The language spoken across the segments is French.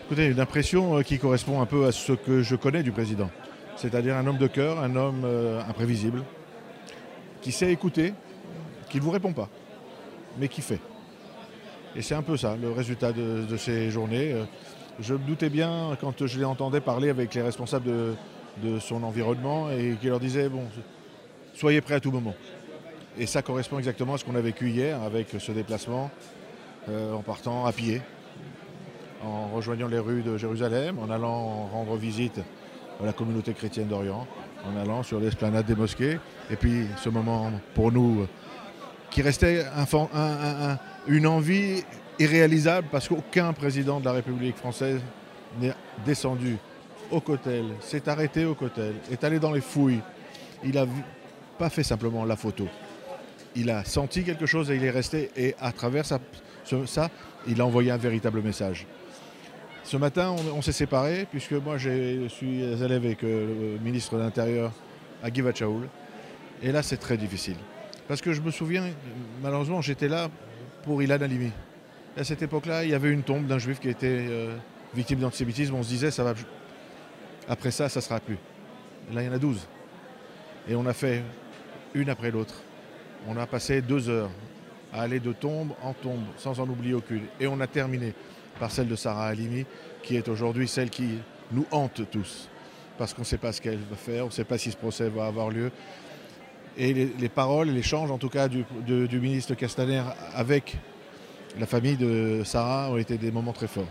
Écoutez, une impression qui correspond un peu à ce que je connais du président. C'est-à-dire un homme de cœur, un homme imprévisible, qui sait écouter, qui ne vous répond pas, mais qui fait. Et c'est un peu ça, le résultat de ces journées. Je me doutais bien quand je l'entendais parler avec les responsables de son environnement et qui leur disait, bon, soyez prêts à tout moment. Et ça correspond exactement à ce qu'on a vécu hier avec ce déplacement en partant à pied, en rejoignant les rues de Jérusalem, en allant rendre visite à la communauté chrétienne d'Orient, en allant sur l'esplanade des mosquées. Et puis ce moment pour nous qui restait une envie irréalisable parce qu'aucun président de la République française n'est descendu au Kotel, s'est arrêté au Kotel, est allé dans les fouilles. Il n'a pas fait simplement la photo. Il a senti quelque chose et il est resté. Et à travers ça, il a envoyé un véritable message. Ce matin, on s'est séparés puisque moi je suis allé avec le ministre de l'Intérieur à Givat Shaul. Et là, c'est très difficile. Parce que je me souviens, malheureusement, j'étais là pour Ilan Halimi. À cette époque-là, il y avait une tombe d'un juif qui était victime d'antisémitisme. On se disait, ça va, après ça, ça ne sera plus. Et là, il y en a 12. Et on a fait une après l'autre. On a passé 2 heures à aller de tombe en tombe, sans en oublier aucune. Et on a terminé par celle de Sarah Halimi, qui est aujourd'hui celle qui nous hante tous. Parce qu'on ne sait pas ce qu'elle va faire, on ne sait pas si ce procès va avoir lieu. Et les paroles, l'échange en tout cas du ministre Castaner avec la famille de Sarah ont été des moments très forts.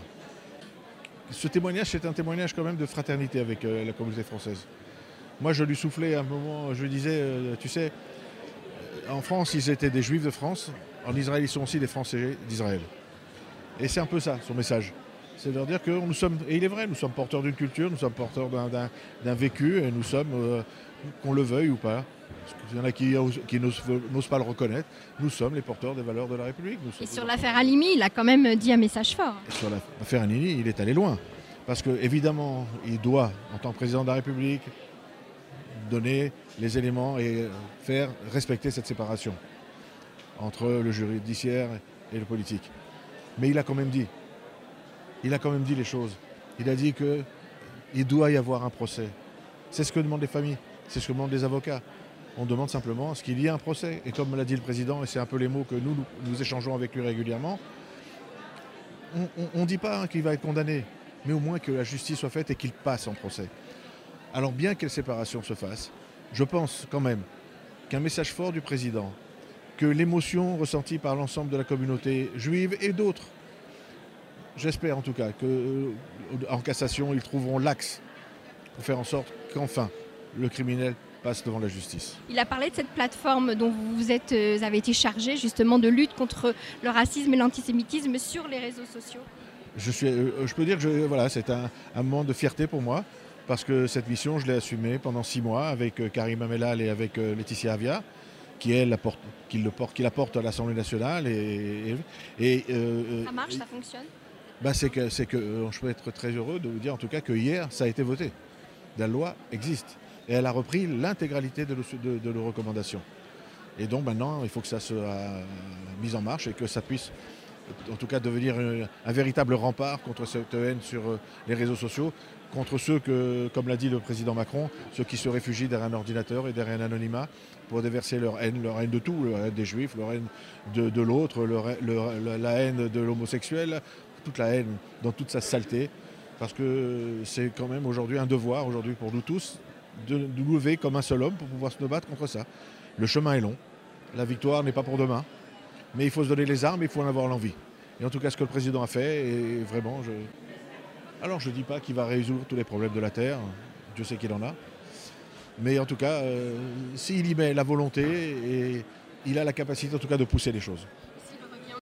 Ce témoignage, c'est un témoignage quand même de fraternité avec la communauté française. Moi, je lui soufflais à un moment, je lui disais, tu sais, en France, ils étaient des Juifs de France. En Israël, ils sont aussi des Français d'Israël. Et c'est un peu ça, son message. C'est de leur dire que nous sommes, et il est vrai, nous sommes porteurs d'une culture, nous sommes porteurs d'un vécu, et nous sommes, qu'on le veuille ou pas, parce qu'il y en a qui n'osent pas le reconnaître, nous sommes les porteurs des valeurs de la République. Et sur l'affaire Halimi, il a quand même dit un message fort. Et sur l'affaire Halimi, il est allé loin. Parce qu'évidemment, il doit, en tant que président de la République, donner les éléments et faire respecter cette séparation entre le judiciaire et le politique. Mais il a quand même dit les choses. Il a dit qu'il doit y avoir un procès. C'est ce que demandent les familles, c'est ce que demandent les avocats. On demande simplement à ce qu'il y ait un procès. Et comme l'a dit le président, et c'est un peu les mots que nous échangeons avec lui régulièrement, on ne dit pas qu'il va être condamné, mais au moins que la justice soit faite et qu'il passe en procès. Alors bien que la séparation se fasse, je pense quand même qu'un message fort du président, que l'émotion ressentie par l'ensemble de la communauté juive et d'autres, j'espère en tout cas qu'en cassation, ils trouveront l'axe pour faire en sorte qu'enfin le criminel passe devant la justice. Il a parlé de cette plateforme dont vous avez été chargé justement de lutte contre le racisme et l'antisémitisme sur les réseaux sociaux. Je peux dire que voilà, c'est un moment de fierté pour moi parce que cette mission, je l'ai assumée pendant 6 mois avec Karim Amelal et avec Laetitia Avia, qui la porte à l'Assemblée nationale. Ça marche, ça fonctionne. Je peux être très heureux de vous dire en tout cas que hier, ça a été voté. La loi existe. Et elle a repris l'intégralité de nos recommandations. Et donc maintenant, il faut que ça soit mis en marche et que ça puisse en tout cas devenir un véritable rempart contre cette haine sur les réseaux sociaux, contre ceux comme l'a dit le président Macron, ceux qui se réfugient derrière un ordinateur et derrière un anonymat pour déverser leur haine de tout, leur haine des juifs, leur haine de l'autre, la haine de l'homosexuel, toute la haine dans toute sa saleté. Parce que c'est quand même aujourd'hui un devoir pour nous tous de nous lever comme un seul homme pour pouvoir se battre contre ça. Le chemin est long, la victoire n'est pas pour demain, mais il faut se donner les armes, il faut en avoir l'envie. Et en tout cas, ce que le président a fait, et vraiment, alors je ne dis pas qu'il va résoudre tous les problèmes de la Terre, Dieu sait qu'il en a, mais en tout cas, s'il y met la volonté, et il a la capacité en tout cas de pousser les choses.